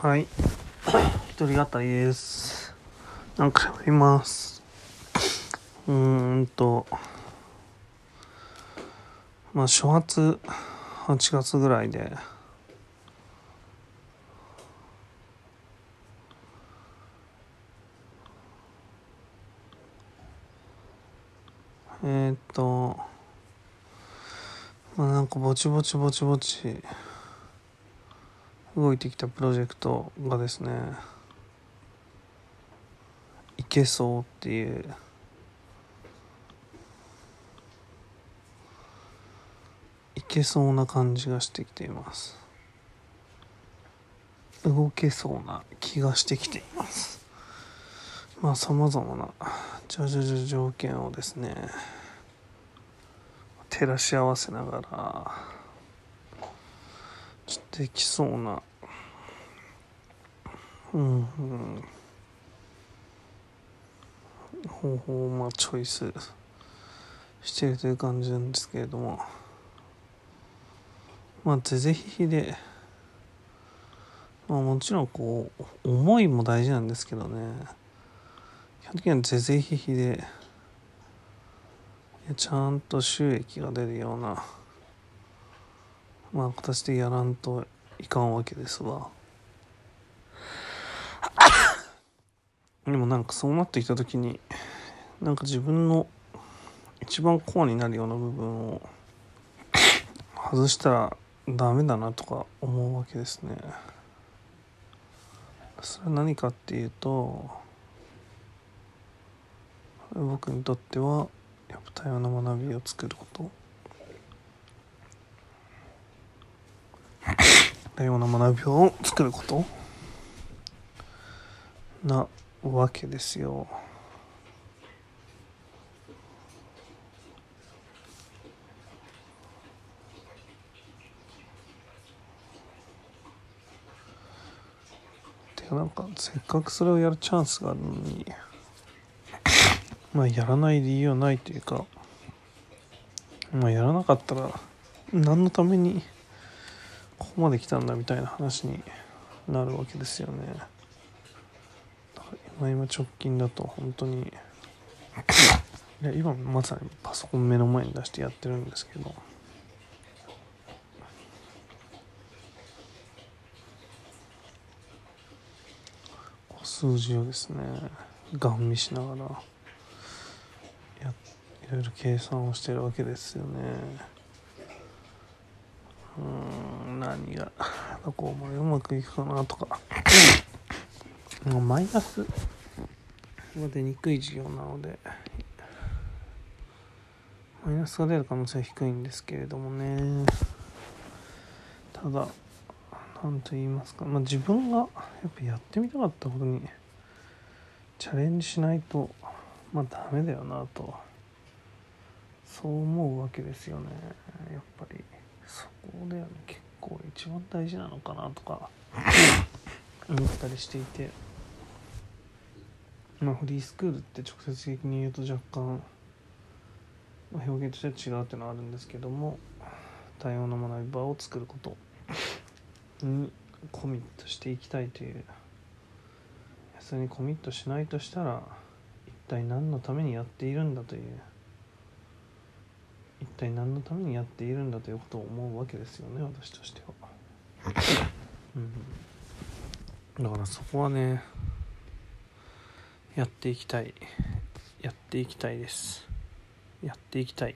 はい、一人語りです。なんか喋ります。初発8月ぐらいで、なんかぼちぼち動いてきたプロジェクトがですね、いけそうっていういけそうな感じがしてきています。動けそうな気がしてきています。様々な条件をですね照らし合わせながらできそうな方法をチョイスしているという感じなんですけれども、是々非々で、もちろん思いも大事なんですけどね、基本的には是々非々でちゃんと収益が出るような形でやらんといかんわけですわ。でもそうなってきた時に自分の一番コアになるような部分を外したらダメだなとか思うわけですね。それは何かっていうと、僕にとってはやっぱ多様な学びを作ること、多様な学びを作ることなわけですよ。せっかくそれをやるチャンスがあるのに、やらない理由はないというか、やらなかったら何のためにここまで来たんだみたいな話になるわけですよね。今直近だと本当に今まさにパソコン目の前に出してやってるんですけど、数字をですねガン見しながらいろいろ計算をしてるわけですよね。何がどこまでうまくいくかなとかマイナスは出にくい事業なのでマイナスが出る可能性は低いんですけれどもね。ただ何と言いますか、自分がやっぱやってみたかったことにチャレンジしないとダメだよなと、そう思うわけですよね。やっぱりそこだよね、結構一番大事なのかなとか思ったりしていて、フリースクールって直接的に言うと若干表現としては違うっていうのはあるんですけども、多様な学び場を作ることにコミットしていきたいという、それにコミットしないとしたら一体何のためにやっているんだということを思うわけですよね、私としては。だからそこはねやっていきたいです。やっていきたい